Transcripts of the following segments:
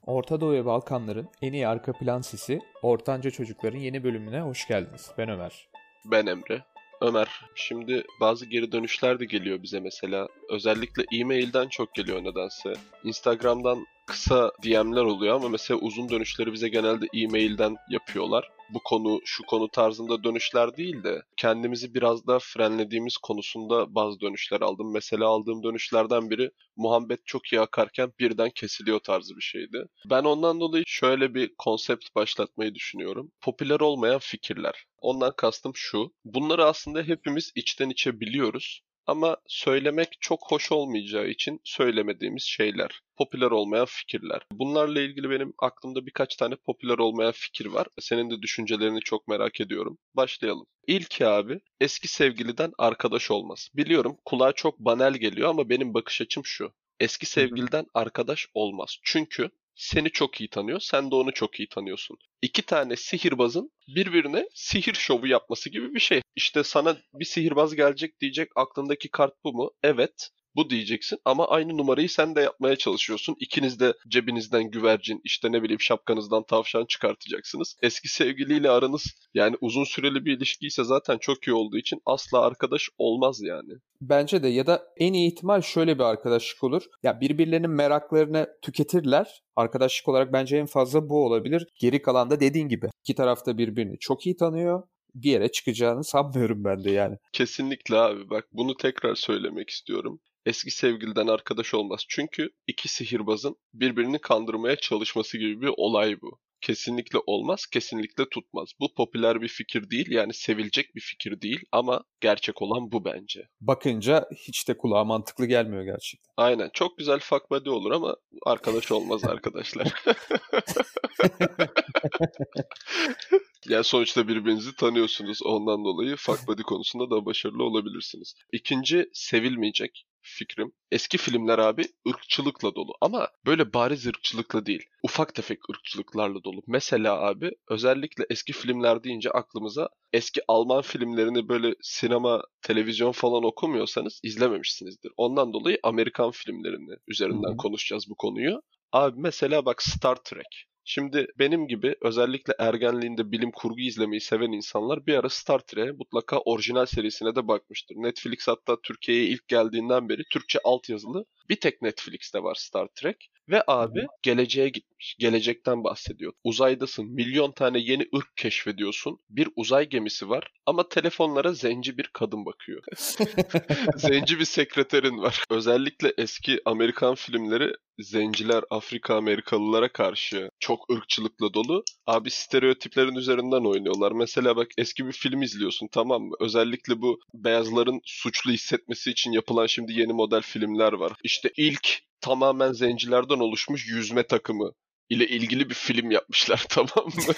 Orta Doğu ve Balkanların en iyi arka plan sesi Ortanca Çocukların yeni bölümüne hoş geldiniz. Ben Ömer. Ben Emre. Ömer, şimdi bazı geri dönüşler de geliyor bize mesela. Özellikle e-mailden çok geliyor nedense. Instagram'dan kısa DM'ler oluyor ama mesela uzun dönüşleri bize genelde e-mailden yapıyorlar. Bu konu, şu konu tarzında dönüşler değil de kendimizi biraz daha frenlediğimiz konusunda bazı dönüşler aldım. Mesela aldığım dönüşlerden biri muhabbet çok iyi akarken birden kesiliyor tarzı bir şeydi. Ben ondan dolayı şöyle bir konsept başlatmayı düşünüyorum. Popüler olmayan fikirler. Ondan kastım şu. Bunları aslında hepimiz içten içe biliyoruz. Ama söylemek çok hoş olmayacağı için söylemediğimiz şeyler. Popüler olmayan fikirler. Bunlarla ilgili benim aklımda birkaç tane popüler olmayan fikir var. Senin de düşüncelerini çok merak ediyorum. Başlayalım. İlki abi, eski sevgiliden arkadaş olmaz. Biliyorum kulağa çok banal geliyor ama benim bakış açım şu. Eski Hı hı. sevgiliden arkadaş olmaz. Çünkü seni çok iyi tanıyor, sen de onu çok iyi tanıyorsun. İki tane sihirbazın birbirine sihir şovu yapması gibi bir şey. İşte sana bir sihirbaz gelecek diyecek, aklındaki kart bu mu? Evet. Bu diyeceksin ama aynı numarayı sen de yapmaya çalışıyorsun. İkiniz de cebinizden güvercin, işte ne bileyim şapkanızdan tavşan çıkartacaksınız. Eski sevgiliyle aranız yani uzun süreli bir ilişkiyse zaten çok iyi olduğu için asla arkadaş olmaz yani. Bence de, ya da en iyi ihtimal şöyle bir arkadaşlık olur. Ya birbirlerinin meraklarını tüketirler. Arkadaşlık olarak bence en fazla bu olabilir. Geri kalan da dediğin gibi. İki taraf da birbirini çok iyi tanıyor. Bir yere çıkacağını sanmıyorum ben de yani. Kesinlikle abi, bak bunu tekrar söylemek istiyorum. Eski sevgiliden arkadaş olmaz. Çünkü iki sihirbazın birbirini kandırmaya çalışması gibi bir olay bu. Kesinlikle olmaz, kesinlikle tutmaz. Bu popüler bir fikir değil, yani sevilecek bir fikir değil ama gerçek olan bu bence. Bakınca hiç de kulağa mantıklı gelmiyor gerçekten. Aynen, çok güzel fuck buddy olur ama arkadaş olmaz arkadaşlar. Yani sonuçta birbirinizi tanıyorsunuz. Ondan dolayı fuck buddy konusunda da başarılı olabilirsiniz. İkinci sevilmeyecek fikrim. Eski filmler abi ırkçılıkla dolu. Ama böyle bariz ırkçılıkla değil. Ufak tefek ırkçılıklarla dolu. Mesela abi özellikle eski filmler deyince aklımıza eski Alman filmlerini böyle sinema, televizyon falan okumuyorsanız izlememişsinizdir. Ondan dolayı Amerikan filmlerini Hı üzerinden hı. konuşacağız bu konuyu. Abi mesela bak Star Trek. Şimdi benim gibi özellikle ergenliğinde bilim kurgu izlemeyi seven insanlar bir ara Star Trek'e mutlaka orijinal serisine de bakmıştır. Netflix hatta Türkiye'ye ilk geldiğinden beri Türkçe altyazılı bir tek Netflix'te var Star Trek. Ve Hı abi hı. geleceğe gitmiş. Gelecekten bahsediyor. Uzaydasın. Milyon tane yeni ırk keşfediyorsun. Bir uzay gemisi var. Ama telefonlara zenci bir kadın bakıyor. Zenci bir sekreterin var. Özellikle eski Amerikan filmleri zenciler Afrika Amerikalılara karşı çok ırkçılıkla dolu. Abi stereotiplerin üzerinden oynuyorlar. Mesela bak eski bir film izliyorsun, tamam mı? Özellikle bu beyazların suçlu hissetmesi için yapılan şimdi yeni model filmler var. İşte ilk tamamen zencilerden oluşmuş yüzme takımı ile ilgili bir film yapmışlar, tamam mı?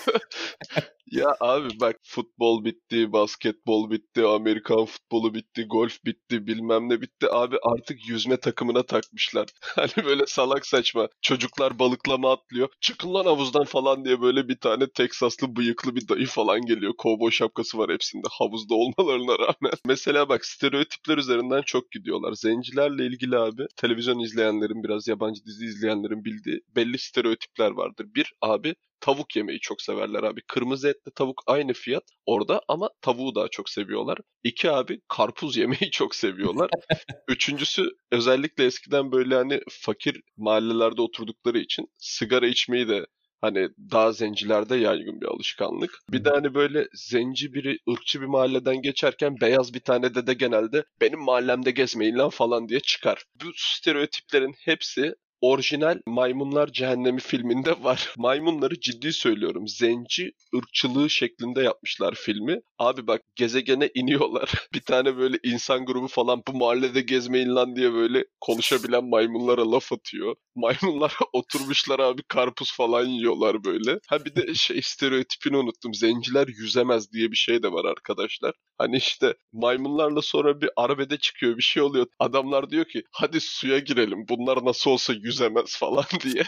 Ya abi bak, futbol bitti, basketbol bitti, Amerikan futbolu bitti, golf bitti, bilmem ne bitti. Abi artık yüzme takımına takmışlar. Hani böyle salak saçma. Çocuklar balıklama atlıyor. Çıkın lan havuzdan falan diye böyle bir tane Teksaslı bıyıklı bir dayı falan geliyor. Kovboy şapkası var hepsinde, havuzda olmalarına rağmen. Mesela bak stereotipler üzerinden çok gidiyorlar. Zencilerle ilgili abi televizyon izleyenlerin, biraz yabancı dizi izleyenlerin bildiği belli stereotipler vardır. Bir abi, tavuk yemeyi çok severler abi. Kırmızı etle tavuk aynı fiyat orada ama tavuğu daha çok seviyorlar. İki abi, karpuz yemeyi çok seviyorlar. Üçüncüsü, özellikle eskiden böyle hani fakir mahallelerde oturdukları için sigara içmeyi de hani daha zencilerde yaygın bir alışkanlık. Hı Bir de hı. hani böyle zenci biri ırkçı bir mahalleden geçerken beyaz bir tane dede genelde benim mahallemde gezmeyin lan falan diye çıkar. Bu stereotiplerin hepsi orijinal Maymunlar Cehennemi filminde var. Maymunları ciddi söylüyorum, zenci ırkçılığı şeklinde yapmışlar filmi. Abi bak gezegene iniyorlar. Bir tane böyle insan grubu falan bu mahallede gezmeyin lan diye böyle konuşabilen maymunlara laf atıyor. Maymunlar oturmuşlar abi, karpuz falan yiyorlar böyle. Ha bir de şey, stereotipini unuttum. Zenciler yüzemez diye bir şey de var arkadaşlar. Hani işte maymunlarla sonra bir arbede çıkıyor, bir şey oluyor. Adamlar diyor ki hadi suya girelim. Bunlar nasıl olsa yüzemez yüzemez falan diye.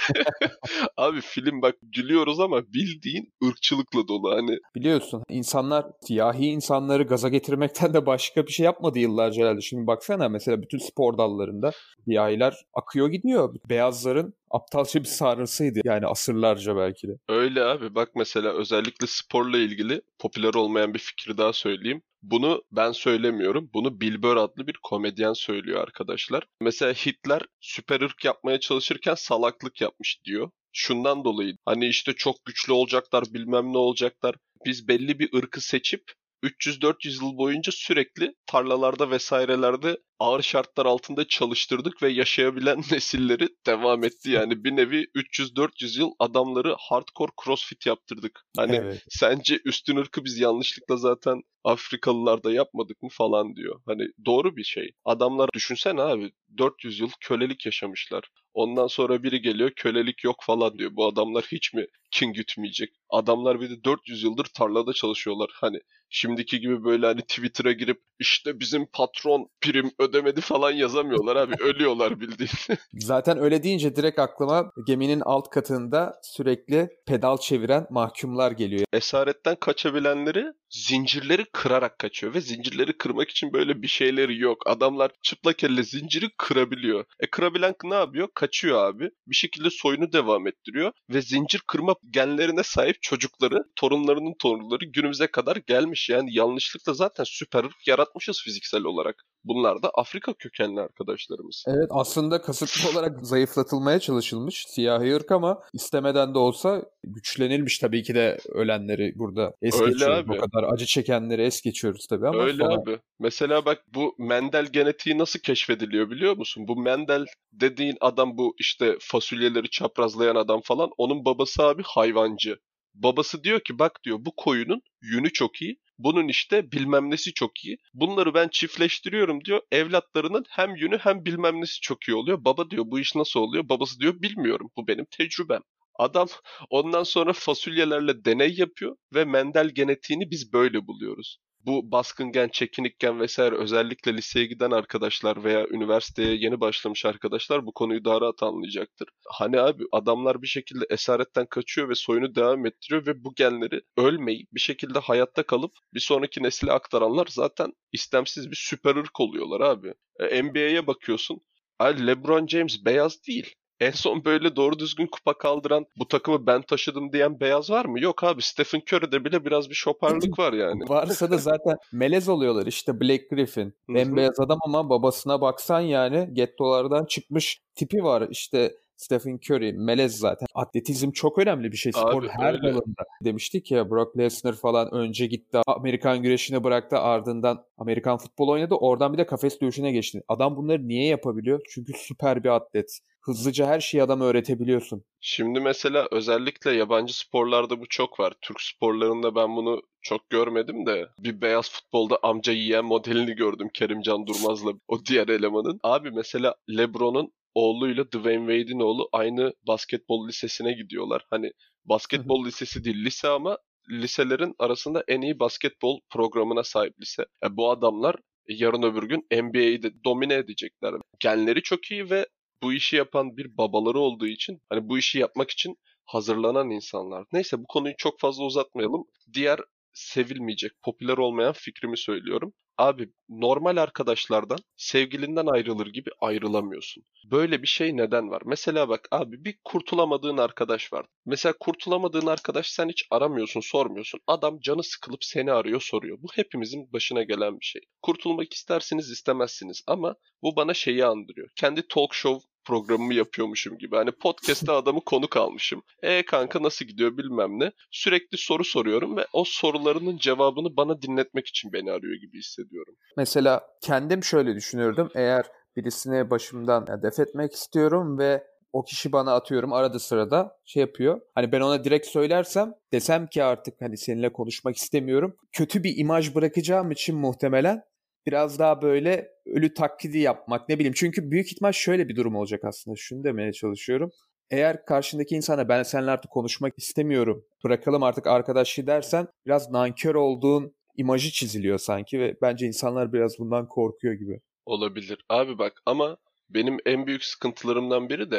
Abi film bak gülüyoruz ama bildiğin ırkçılıkla dolu hani. Biliyorsun insanlar siyahi insanları gaza getirmekten de başka bir şey yapmadı yıllarca herhalde. Şimdi baksana mesela bütün spor dallarında siyahiler akıyor gidiyor. Beyazların aptalca bir sarrısıydı yani asırlarca belki de. Öyle abi bak mesela özellikle sporla ilgili popüler olmayan bir fikri daha söyleyeyim. Bunu ben söylemiyorum. Bunu Bill Burr adlı bir komedyen söylüyor arkadaşlar. Mesela Hitler süper ırk yapmaya çalışırken salaklık yapmış diyor. Şundan dolayı hani işte çok güçlü olacaklar bilmem ne olacaklar. Biz belli bir ırkı seçip 300-400 yıl boyunca sürekli tarlalarda vesairelerde ağır şartlar altında çalıştırdık ve yaşayabilen nesilleri devam etti. Yani bir nevi 300-400 yıl adamları hardcore crossfit yaptırdık. Hani Evet. sence üstün ırkı biz yanlışlıkla zaten Afrikalılarda yapmadık mı falan diyor. Hani doğru bir şey. Adamlar düşünsene abi 400 yıl kölelik yaşamışlar. Ondan sonra biri geliyor kölelik yok falan diyor. Bu adamlar hiç mi kin gütmeyecek? Adamlar bir de 400 yıldır tarlada çalışıyorlar. Hani şimdiki gibi böyle hani Twitter'a girip işte bizim patron prim ödemedi falan yazamıyorlar abi. Ölüyorlar bildiğin. Zaten öyle deyince direkt aklıma geminin alt katında sürekli pedal çeviren mahkumlar geliyor. Esaretten kaçabilenleri zincirleri kırarak kaçıyor ve zincirleri kırmak için böyle bir şeyleri yok. Adamlar çıplak elle zinciri kırabiliyor. Kırabilen ne yapıyor? Kaçıyor abi. Bir şekilde soyunu devam ettiriyor ve zincir kırma genlerine sahip çocukları, torunlarının torunları günümüze kadar gelmiş. Yani yanlışlıkla zaten süper ırk yaratmışız fiziksel olarak. Bunlar da Afrika kökenli arkadaşlarımız. Evet aslında kasıtlı olarak zayıflatılmaya çalışılmış siyahi ırk ama istemeden de olsa güçlenilmiş tabii ki de ölenleri burada es Öyle geçiyoruz. O abi. kadar acı çekenleri es geçiyoruz tabii ama Öyle sonra abi. Mesela bak bu Mendel genetiği nasıl keşfediliyor biliyor musun? Bu Mendel dediğin adam bu işte fasulyeleri çaprazlayan adam falan. Onun babası abi hayvancı. Babası diyor ki bak diyor bu koyunun yünü çok iyi. Bunun işte bilmem nesi çok iyi. Bunları ben çiftleştiriyorum diyor. Evlatlarının hem yünü hem bilmem nesi çok iyi oluyor. Baba diyor bu iş nasıl oluyor? Babası diyor bilmiyorum. Bu benim tecrübem. Adam ondan sonra fasulyelerle deney yapıyor ve Mendel genetiğini biz böyle buluyoruz. Bu baskın gen, çekinik gen vesaire özellikle liseye giden arkadaşlar veya üniversiteye yeni başlamış arkadaşlar bu konuyu daha rahat anlayacaktır. Hani abi adamlar bir şekilde esaretten kaçıyor ve soyunu devam ettiriyor ve bu genleri ölmeyip bir şekilde hayatta kalıp bir sonraki nesile aktaranlar zaten istemsiz bir süper ırk oluyorlar abi. NBA'ye bakıyorsun. Abi LeBron James beyaz değil. En son böyle doğru düzgün kupa kaldıran bu takımı ben taşıdım diyen beyaz var mı? Yok abi Stephen Curry'de bile biraz bir şoparlık var yani. varsa da zaten melez oluyorlar. İşte Blake Griffin. Hı hı. Bembeyaz adam ama babasına baksan yani gettolardan çıkmış tipi var. İşte Stephen Curry melez zaten. Atletizm çok önemli bir şey. Spor Abi her öyle. dalında. Demiştik ya Brock Lesnar falan önce gitti Amerikan güreşine bıraktı ardından Amerikan futbol oynadı. Oradan bir de kafes dövüşüne geçti. Adam bunları niye yapabiliyor? Çünkü süper bir atlet. Hızlıca her şeyi adama öğretebiliyorsun. Şimdi mesela özellikle yabancı sporlarda bu çok var. Türk sporlarında ben bunu çok görmedim de bir beyaz futbolda amca yiyen modelini gördüm Kerimcan Durmaz'la o diğer elemanın. Abi mesela LeBron'un oğluyla Dwayne Wade'in oğlu aynı basketbol lisesine gidiyorlar. Hani basketbol lisesi değil lise ama liselerin arasında en iyi basketbol programına sahip lise. Bu adamlar yarın öbür gün NBA'yi de domine edecekler. Genleri çok iyi ve bu işi yapan bir babaları olduğu için hani bu işi yapmak için hazırlanan insanlar. Neyse bu konuyu çok fazla uzatmayalım. Diğer sevilmeyecek, popüler olmayan fikrimi söylüyorum. Abi normal arkadaşlardan sevgilinden ayrılır gibi ayrılamıyorsun. Böyle bir şey neden var? Mesela bak abi bir kurtulamadığın arkadaş var. Mesela kurtulamadığın arkadaş sen hiç aramıyorsun, sormuyorsun. Adam canı sıkılıp seni arıyor, soruyor. Bu hepimizin başına gelen bir şey. Kurtulmak istersiniz, istemezsiniz ama bu bana şeyi andırıyor. Kendi talk show programımı yapıyormuşum gibi. Hani podcast'te adamı konuk almışım. Kanka nasıl gidiyor bilmem ne. Sürekli soru soruyorum ve o sorularının cevabını bana dinletmek için beni arıyor gibi hissediyorum. Mesela kendim şöyle düşünürdüm. Eğer birisine başımdan def etmek istiyorum ve o kişi bana atıyorum arada sırada şey yapıyor. Hani ben ona direkt söylersem desem ki artık hani seninle konuşmak istemiyorum. Kötü bir imaj bırakacağım için muhtemelen biraz daha böyle ölü taklidi yapmak ne bileyim. Çünkü büyük ihtimal şöyle bir durum olacak aslında. Şunu demeye çalışıyorum. Eğer karşındaki insana ben seninle artık konuşmak istemiyorum, bırakalım artık arkadaşlığı dersen biraz nankör olduğun imajı çiziliyor sanki ve bence insanlar biraz bundan korkuyor gibi. Olabilir. Abi bak ama benim en büyük sıkıntılarımdan biri de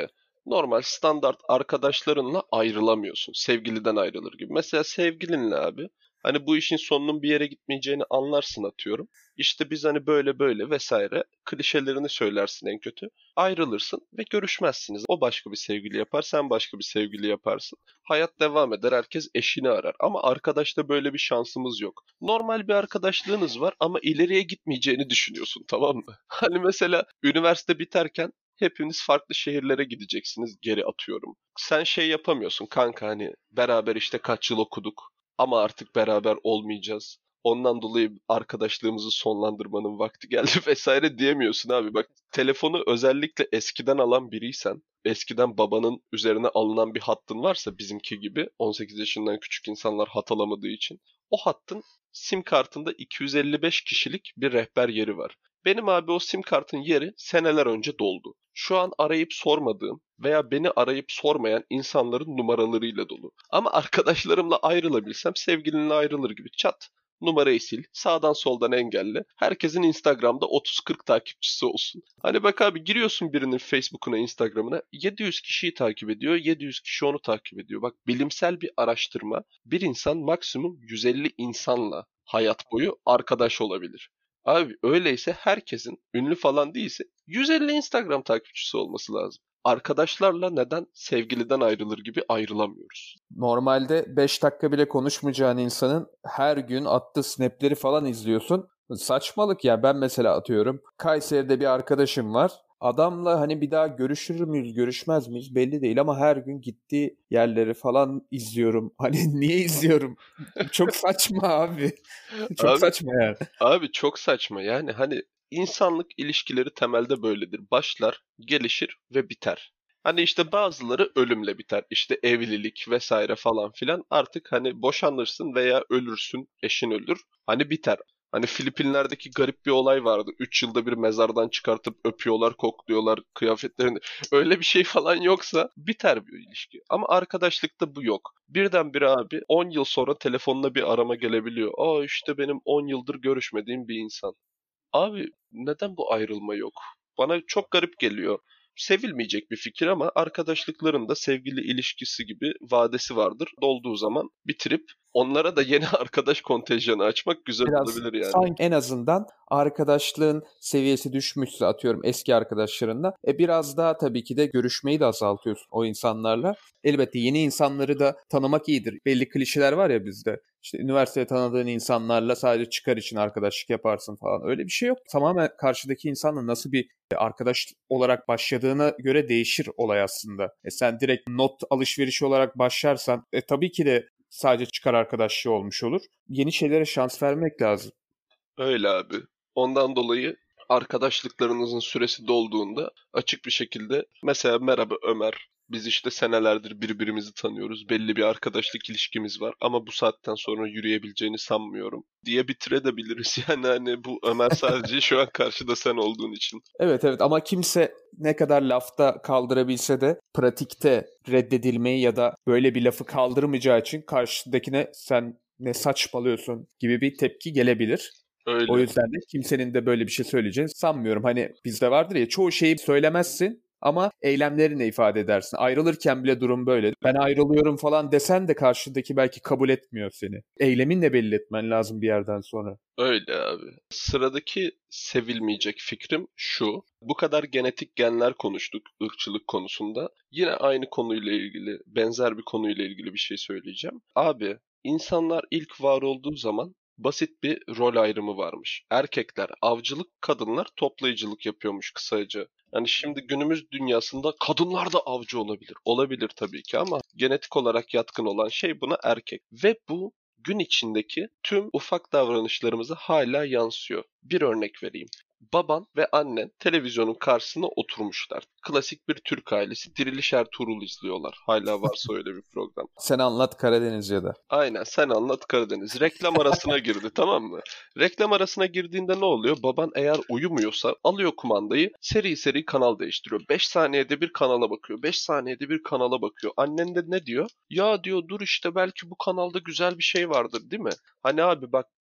Normal standart arkadaşlarınla ayrılamıyorsun. Sevgiliden ayrılır gibi. Mesela sevgilinle abi hani bu işin sonunun bir yere gitmeyeceğini anlarsın atıyorum. İşte biz hani böyle böyle vesaire klişelerini söylersin en kötü. Ayrılırsın ve görüşmezsiniz. O başka bir sevgili yapar, sen başka bir sevgili yaparsın. Hayat devam eder, herkes eşini arar. Ama arkadaşta böyle bir şansımız yok. Normal bir arkadaşlığınız var ama ileriye gitmeyeceğini düşünüyorsun, tamam mı? Hani mesela üniversite biterken hepiniz farklı şehirlere gideceksiniz, geri atıyorum. Sen şey yapamıyorsun kanka, hani beraber işte kaç yıl okuduk ama artık beraber olmayacağız. Ondan dolayı arkadaşlığımızı sonlandırmanın vakti geldi vesaire diyemiyorsun abi. Bak, telefonu özellikle eskiden alan biriysen, eskiden babanın üzerine alınan bir hattın varsa bizimki gibi 18 yaşından küçük insanlar hat alamadığı için, o hattın sim kartında 255 kişilik bir rehber yeri var. Benim abi o sim kartın yeri seneler önce doldu. Şu an arayıp sormadığım veya beni arayıp sormayan insanların numaralarıyla dolu. Ama arkadaşlarımla ayrılabilsem sevgilinle ayrılır gibi çat. Numarayı sil, sağdan soldan engelle. Herkesin Instagram'da 30-40 takipçisi olsun. Hani bak abi, giriyorsun birinin Facebook'una, Instagram'ına, 700 kişiyi takip ediyor, 700 kişi onu takip ediyor. Bak, bilimsel bir araştırma, bir insan maksimum 150 insanla hayat boyu arkadaş olabilir. Abi öyleyse herkesin, ünlü falan değilse, 150 Instagram takipçisi olması lazım. Arkadaşlarla neden sevgiliden ayrılır gibi ayrılamıyoruz? Normalde 5 dakika bile konuşmayacağın insanın her gün attığı snapleri falan izliyorsun. Saçmalık ya. Ben mesela atıyorum, Kayseri'de bir arkadaşım var. Adamla hani bir daha görüşür müyüz, görüşmez miyiz belli değil ama her gün gittiği yerleri falan izliyorum. Hani niye izliyorum? Çok saçma abi. Çok Abi saçma yani. Abi çok saçma yani, hani insanlık ilişkileri temelde böyledir. Başlar, gelişir ve biter. Hani işte bazıları ölümle biter. İşte evlilik vesaire falan filan. Artık hani boşanırsın veya ölürsün, eşin ölür. Hani biter. Hani Filipinler'deki garip bir olay vardı. 3 yılda bir mezardan çıkartıp öpüyorlar, kokluyorlar kıyafetlerini. Öyle bir şey falan yoksa biter bir ilişki. Ama arkadaşlıkta bu yok. Birdenbire abi 10 yıl sonra telefonuna bir arama gelebiliyor. Aa, işte benim 10 yıldır görüşmediğim bir insan. Abi neden bu ayrılma yok? Bana çok garip geliyor. Sevilmeyecek bir fikir ama arkadaşlıkların da sevgili ilişkisi gibi vadesi vardır. Dolduğu zaman bitirip onlara da yeni arkadaş kontenjanı açmak güzel Biraz olabilir yani. sanki en azından arkadaşlığın seviyesi düşmüşse atıyorum eski arkadaşlarınla biraz daha tabii ki de görüşmeyi de azaltıyorsun o insanlarla. Elbette yeni insanları da tanımak iyidir. Belli klişeler var ya bizde. İşte üniversitede tanıdığın insanlarla sadece çıkar için arkadaşlık yaparsın falan. Öyle bir şey yok. Tamamen karşıdaki insanla nasıl bir arkadaş olarak başladığına göre değişir olay aslında. Sen direkt not alışverişi olarak başlarsan tabii ki de sadece çıkar arkadaşlığı olmuş olur. Yeni şeylere şans vermek lazım. Öyle abi. Ondan dolayı arkadaşlıklarınızın süresi dolduğunda açık bir şekilde mesela merhaba Ömer, biz işte senelerdir birbirimizi tanıyoruz. Belli bir arkadaşlık ilişkimiz var ama bu saatten sonra yürüyebileceğini sanmıyorum diye bitirebiliriz. Yani hani bu Ömer sadece şu an karşıda sen olduğun için. Evet evet, ama kimse ne kadar lafta kaldırabilse de pratikte reddedilmeyi ya da böyle bir lafı kaldırmayacağı için karşıdakine sen ne saçmalıyorsun gibi bir tepki gelebilir. O Öyle. yüzden de kimsenin de böyle bir şey söyleyeceğini sanmıyorum. Hani bizde vardır ya, çoğu şeyi söylemezsin ama eylemlerinle ifade edersin. Ayrılırken bile durum böyle. Ben ayrılıyorum falan desen de karşıdaki belki kabul etmiyor seni. Eyleminle belli etmen lazım bir yerden sonra. Öyle abi. Sıradaki sevilmeyecek fikrim şu. Bu kadar genetik genler konuştuk ırkçılık konusunda. Yine aynı konuyla ilgili, benzer bir konuyla ilgili bir şey söyleyeceğim. Abi, insanlar ilk var olduğu zaman basit bir rol ayrımı varmış. Erkekler avcılık, kadınlar toplayıcılık yapıyormuş kısaca. Yani şimdi günümüz dünyasında kadınlar da avcı olabilir. Olabilir tabii ki ama genetik olarak yatkın olan şey buna erkek. Ve bu gün içindeki tüm ufak davranışlarımıza hala yansıyor. Bir örnek vereyim. Baban ve annen televizyonun karşısına oturmuşlar. Klasik bir Türk ailesi Diriliş Ertuğrul izliyorlar. Hala varsa öyle bir program. Sen anlat Karadeniz ya da. Aynen, sen anlat Karadeniz. Reklam arasına girdi, tamam mı? Reklam arasına girdiğinde ne oluyor? Baban eğer uyumuyorsa alıyor kumandayı, seri seri kanal değiştiriyor. 5 saniyede bir kanala bakıyor. 5 saniyede bir kanala bakıyor. Annen de ne diyor? Ya diyor, dur işte belki bu kanalda güzel bir şey vardır değil mi? Hani abi bak, bu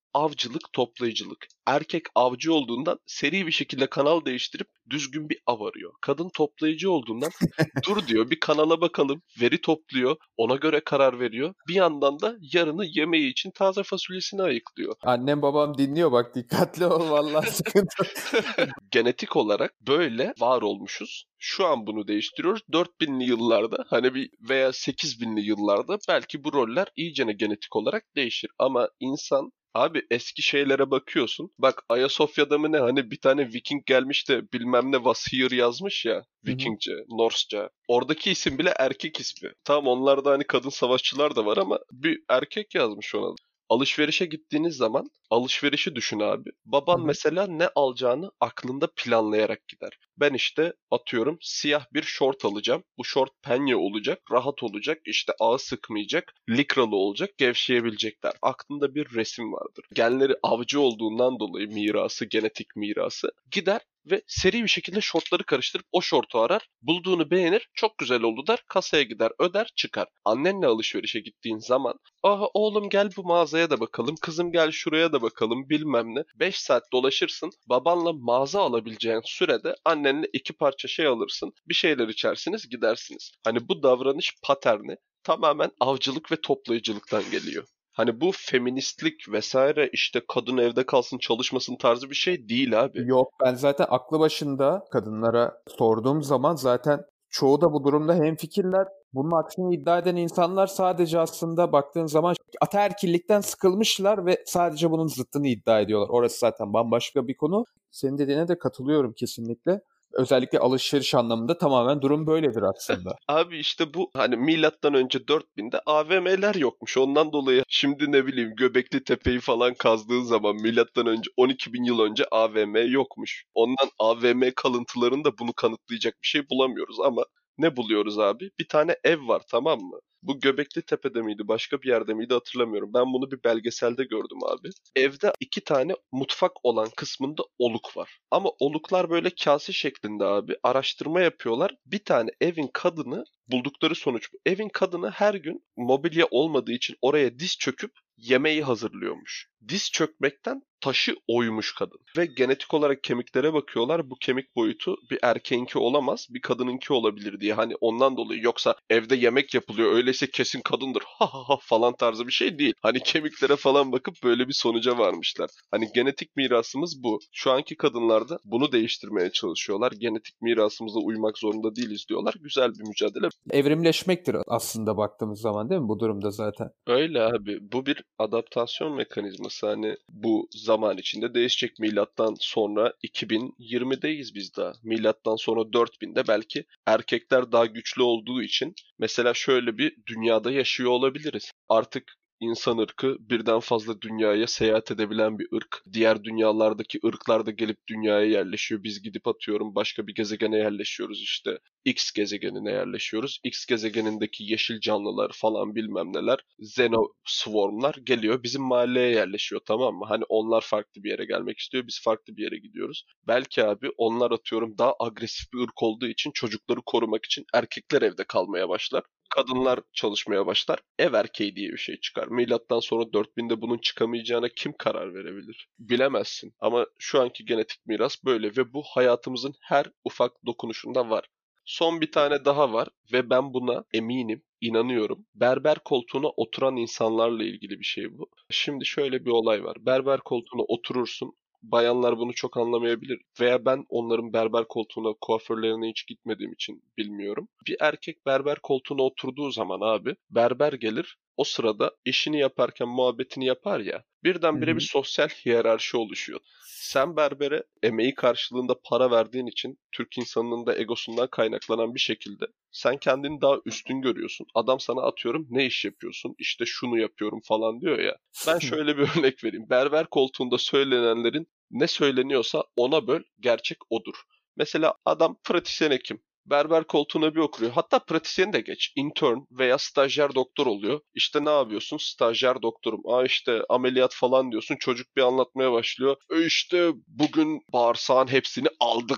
avcılık, toplayıcılık. Erkek avcı olduğundan seri bir şekilde kanal değiştirip düzgün bir av arıyor. Kadın toplayıcı olduğundan dur diyor bir kanala bakalım, veri topluyor, ona göre karar veriyor. Bir yandan da yarını yemeği için taze fasulyesini ayıklıyor. Annem babam dinliyor bak, dikkatli ol vallahi sıkıntı. Genetik olarak böyle var olmuşuz. Şu an bunu değiştiriyoruz. 4000'li yıllarda hani bir veya 8000'li yıllarda belki bu roller iyicene genetik olarak değişir. Ama insan abi eski şeylere bakıyorsun. Bak Ayasofya'da mı ne hani bir tane Viking gelmiş de bilmem ne was here yazmış ya. Hı hı. Vikingce, Norseca. Oradaki isim bile erkek ismi. Tamam onlarda hani kadın savaşçılar da var ama bir erkek yazmış ona. Alışverişe gittiğiniz zaman alışverişi düşün abi. Baban Hı hı. mesela ne alacağını aklında planlayarak gider. Ben işte atıyorum siyah bir şort alacağım. Bu şort penye olacak, rahat olacak, işte ağı sıkmayacak, likralı olacak, gevşeyebilecekler. Aklında bir resim vardır. Genleri avcı olduğundan dolayı mirası, genetik mirası gider ve seri bir şekilde şortları karıştırıp o şortu arar. Bulduğunu beğenir, çok güzel oldu der, kasaya gider, öder, çıkar. Annenle alışverişe gittiğin zaman, aha oğlum gel bu mağazaya da bakalım, kızım gel şuraya da bakalım bilmem ne. 5 saat dolaşırsın, babanla mağaza alabileceğin sürede annenle 2 parça şey alırsın, bir şeyler içersiniz gidersiniz. Hani bu davranış paterni tamamen avcılık ve toplayıcılıktan geliyor. Hani bu feministlik vesaire işte kadın evde kalsın çalışmasın tarzı bir şey değil abi. Yok, ben zaten aklı başında kadınlara sorduğum zaman zaten çoğu da bu durumda hemfikirler. Bunun aksini iddia eden insanlar sadece aslında baktığın zaman ataerkillikten sıkılmışlar ve sadece bunun zıttını iddia ediyorlar. Orası zaten bambaşka bir konu. Senin dediğine de katılıyorum kesinlikle. Özellikle alışveriş anlamında tamamen durum böyledir aslında. Abi işte bu hani milattan önce 4000'de AVM'ler yokmuş. Ondan dolayı şimdi ne bileyim Göbekli Tepe'yi falan kazdığın zaman milattan önce 12 bin yıl önce AVM yokmuş. Ondan AVM kalıntılarında bunu kanıtlayacak bir şey bulamıyoruz ama ne buluyoruz abi? Bir tane ev var tamam mı? Bu Göbekli Tepe'de miydi başka bir yerde miydi hatırlamıyorum. Ben bunu bir belgeselde gördüm abi. Evde 2 tane mutfak olan kısmında oluk var. Ama oluklar böyle kase şeklinde abi. Araştırma yapıyorlar. Bir tane evin kadını buldukları sonuç bu. Evin kadını her gün mobilya olmadığı için oraya diz çöküp yemeği hazırlıyormuş. Diz çökmekten taşı oymuş kadın. Ve genetik olarak kemiklere bakıyorlar. Bu kemik boyutu bir erkeğinki olamaz, bir kadınınki olabilir diye. Hani ondan dolayı yoksa evde yemek yapılıyor öyleyse kesin kadındır ha ha ha falan tarzı bir şey değil. Hani kemiklere falan bakıp böyle bir sonuca varmışlar. Hani genetik mirasımız bu. Şu anki kadınlar da bunu değiştirmeye çalışıyorlar. Genetik mirasımıza uymak zorunda değiliz diyorlar. Güzel bir mücadele. Evrimleşmektir aslında baktığımız zaman değil mi bu durumda zaten? Öyle abi. Bu bir adaptasyon mekanizması. Hani bu zaman içinde değişecek. Milattan sonra 2020'deyiz biz daha. Milattan sonra 4000'de belki erkekler daha güçlü olduğu için mesela şöyle bir dünyada yaşıyor olabiliriz. Artık insan ırkı birden fazla dünyaya seyahat edebilen bir ırk. Diğer dünyalardaki ırklar da gelip dünyaya yerleşiyor. Biz gidip atıyorum başka bir gezegene yerleşiyoruz işte. X gezegenine yerleşiyoruz. X gezegenindeki yeşil canlılar falan bilmem neler, Xenoswarm'lar geliyor bizim mahalleye yerleşiyor tamam mı? Hani onlar farklı bir yere gelmek istiyor, biz farklı bir yere gidiyoruz. Belki abi onlar atıyorum daha agresif bir ırk olduğu için çocukları korumak için erkekler evde kalmaya başlar. Kadınlar çalışmaya başlar. Ev erkeği diye bir şey çıkar. Milattan sonra 4000'de bunun çıkamayacağına kim karar verebilir? Bilemezsin. Ama şu anki genetik miras böyle ve bu hayatımızın her ufak dokunuşunda var. Son bir tane daha var ve ben buna eminim, inanıyorum. Berber koltuğuna oturan insanlarla ilgili bir şey bu. Şimdi şöyle bir olay var. Berber koltuğuna oturursun. Bayanlar bunu çok anlamayabilir veya ben onların berber koltuğuna, kuaförlerine hiç gitmediğim için bilmiyorum. Bir erkek berber koltuğuna oturduğu zaman abi berber gelir. O sırada işini yaparken muhabbetini yapar ya. Hı Birdenbire bir hı. sosyal hiyerarşi oluşuyor. Sen berbere emeği karşılığında para verdiğin için Türk insanının da egosundan kaynaklanan bir şekilde sen kendini daha üstün görüyorsun. Adam sana atıyorum ne iş yapıyorsun? İşte şunu yapıyorum falan diyor ya. Ben şöyle bir örnek vereyim. Berber koltuğunda söylenenlerin ne söyleniyorsa ona böl, gerçek odur. Mesela adam pratisyen hekim. Berber koltuğuna bir oturuyor. Hatta pratisyeni de geç. Intern veya stajyer doktor oluyor. İşte ne yapıyorsun? Stajyer doktorum. Aa işte ameliyat falan diyorsun. Çocuk bir anlatmaya başlıyor. İşte bugün bağırsağın hepsini aldık.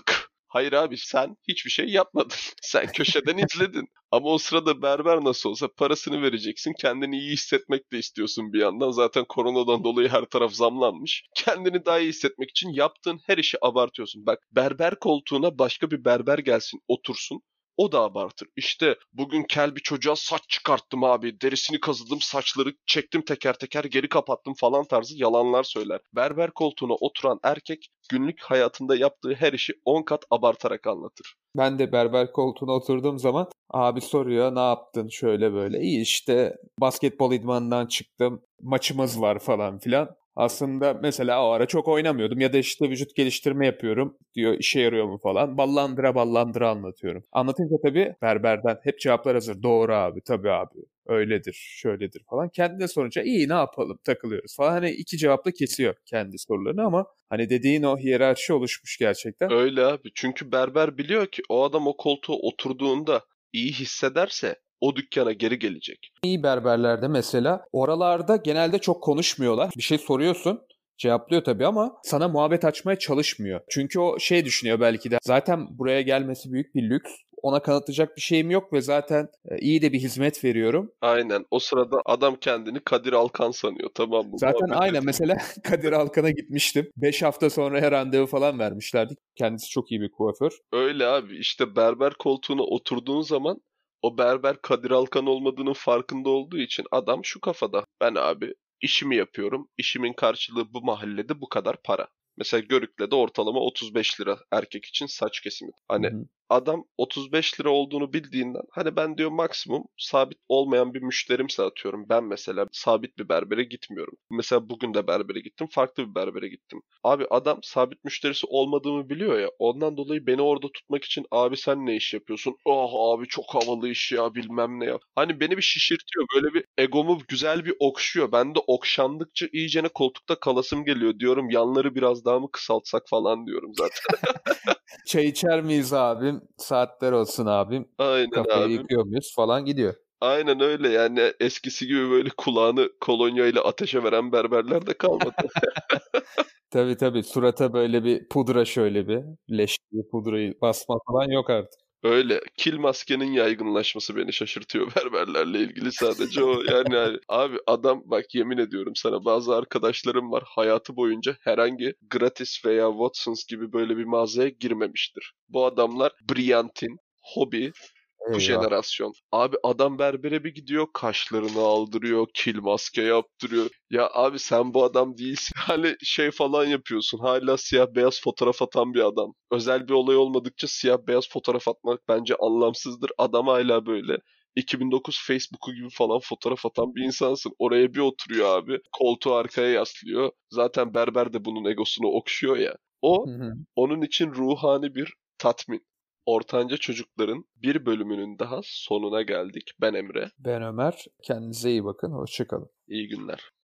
Hayır abi, sen hiçbir şey yapmadın. Sen köşeden izledin. Ama o sırada berber nasıl olsa parasını vereceksin. Kendini iyi hissetmek de istiyorsun bir yandan. Zaten koronadan dolayı her taraf zamlanmış. Kendini daha iyi hissetmek için yaptığın her işi abartıyorsun. Bak, berber koltuğuna başka bir berber gelsin, otursun. O da abartır. İşte bugün kel bir çocuğa saç çıkarttım abi. Derisini kazıdım, saçları çektim teker teker, geri kapattım falan tarzı yalanlar söyler. Berber koltuğuna oturan erkek günlük hayatında yaptığı her işi 10 kat abartarak anlatır. Ben de berber koltuğuna oturduğum zaman abi soruyor ne yaptın şöyle böyle. İyi işte basketbol idmanından çıktım, maçımız var falan filan. Aslında mesela o ara çok oynamıyordum ya da işte vücut geliştirme yapıyorum diyor, işe yarıyor mu falan. Ballandıra ballandıra anlatıyorum. Anlatınca tabii berberden hep cevaplar hazır. Doğru abi, tabii abi, öyledir şöyledir falan. Kendine sorunca iyi ne yapalım takılıyoruz falan. Hani iki cevapla kesiyor kendi sorularını ama hani dediğin o hiyerarşi oluşmuş gerçekten. Öyle abi. Çünkü berber biliyor ki o adam o koltuğa oturduğunda iyi hissederse o dükkana geri gelecek. İyi berberlerde mesela oralarda genelde çok konuşmuyorlar. Bir şey soruyorsun, cevaplıyor tabii ama sana muhabbet açmaya çalışmıyor. Çünkü o şey düşünüyor belki de. Zaten buraya gelmesi büyük bir lüks. Ona kanıtlayacak bir şeyim yok ve zaten iyi de bir hizmet veriyorum. Aynen. O sırada adam kendini Kadir Alkan sanıyor. Tamam mı? Zaten Muhabbet aynen ediyor. mesela Kadir Alkan'a gitmiştim. 5 hafta sonra randevu falan vermişlerdi. Kendisi çok iyi bir kuaför. Öyle abi. İşte berber koltuğuna oturduğun zaman o berber Kadir Alkan olmadığının farkında olduğu için adam şu kafada. Ben abi işimi yapıyorum. İşimin karşılığı bu mahallede bu kadar para. Mesela Görükle'de ortalama 35 lira erkek için saç kesimi. Hı Hani hı. adam 35 lira olduğunu bildiğinden hani ben diyor maksimum sabit olmayan bir müşterimse atıyorum. Ben mesela sabit bir berbere gitmiyorum. Mesela bugün de berbere gittim. Farklı bir berbere gittim. Abi adam sabit müşterisi olmadığımı biliyor ya. Ondan dolayı beni orada tutmak için abi sen ne iş yapıyorsun? Oh abi çok havalı iş ya bilmem ne ya. Hani beni bir şişirtiyor. Böyle bir egomu güzel bir okşuyor. Ben de okşandıkça iyicene koltukta kalasım geliyor. Diyorum yanları biraz daha mı kısaltsak falan diyorum zaten. Çay içer miyiz abim? Saatler olsun abim. Aynen Kafayı abi. yıkıyor muyuz falan gidiyor. Aynen öyle yani eskisi gibi böyle kulağını kolonya ile ateşe veren berberler de kalmadı. Tabii tabii surata böyle bir pudra şöyle bir leş gibi pudrayı basma falan yok artık. Öyle. Kil maskenin yaygınlaşması beni şaşırtıyor berberlerle ilgili sadece o. Yani abi adam bak yemin ediyorum sana bazı arkadaşlarım var hayatı boyunca herhangi Gratis veya Watsons gibi böyle bir mağazaya girmemiştir. Bu adamlar Brillantin, Hobby, bu Eyvah. jenerasyon. Abi adam berbere bir gidiyor, kaşlarını aldırıyor, kil maske yaptırıyor. Ya abi sen bu adam değilsin. Hani şey falan yapıyorsun. Hala siyah beyaz fotoğraf atan bir adam. Özel bir olay olmadıkça siyah beyaz fotoğraf atmak bence anlamsızdır. Adam hala böyle 2009 Facebook'u gibi falan fotoğraf atan bir insansın. Oraya bir oturuyor abi. Koltuğu arkaya yaslıyor. Zaten berber de bunun egosunu okşuyor ya. O Hı hı. onun için ruhani bir tatmin. Ortanca Çocukların bir bölümünün daha sonuna geldik. Ben Emre. Ben Ömer. Kendinize iyi bakın. Hoşça kalın. İyi günler.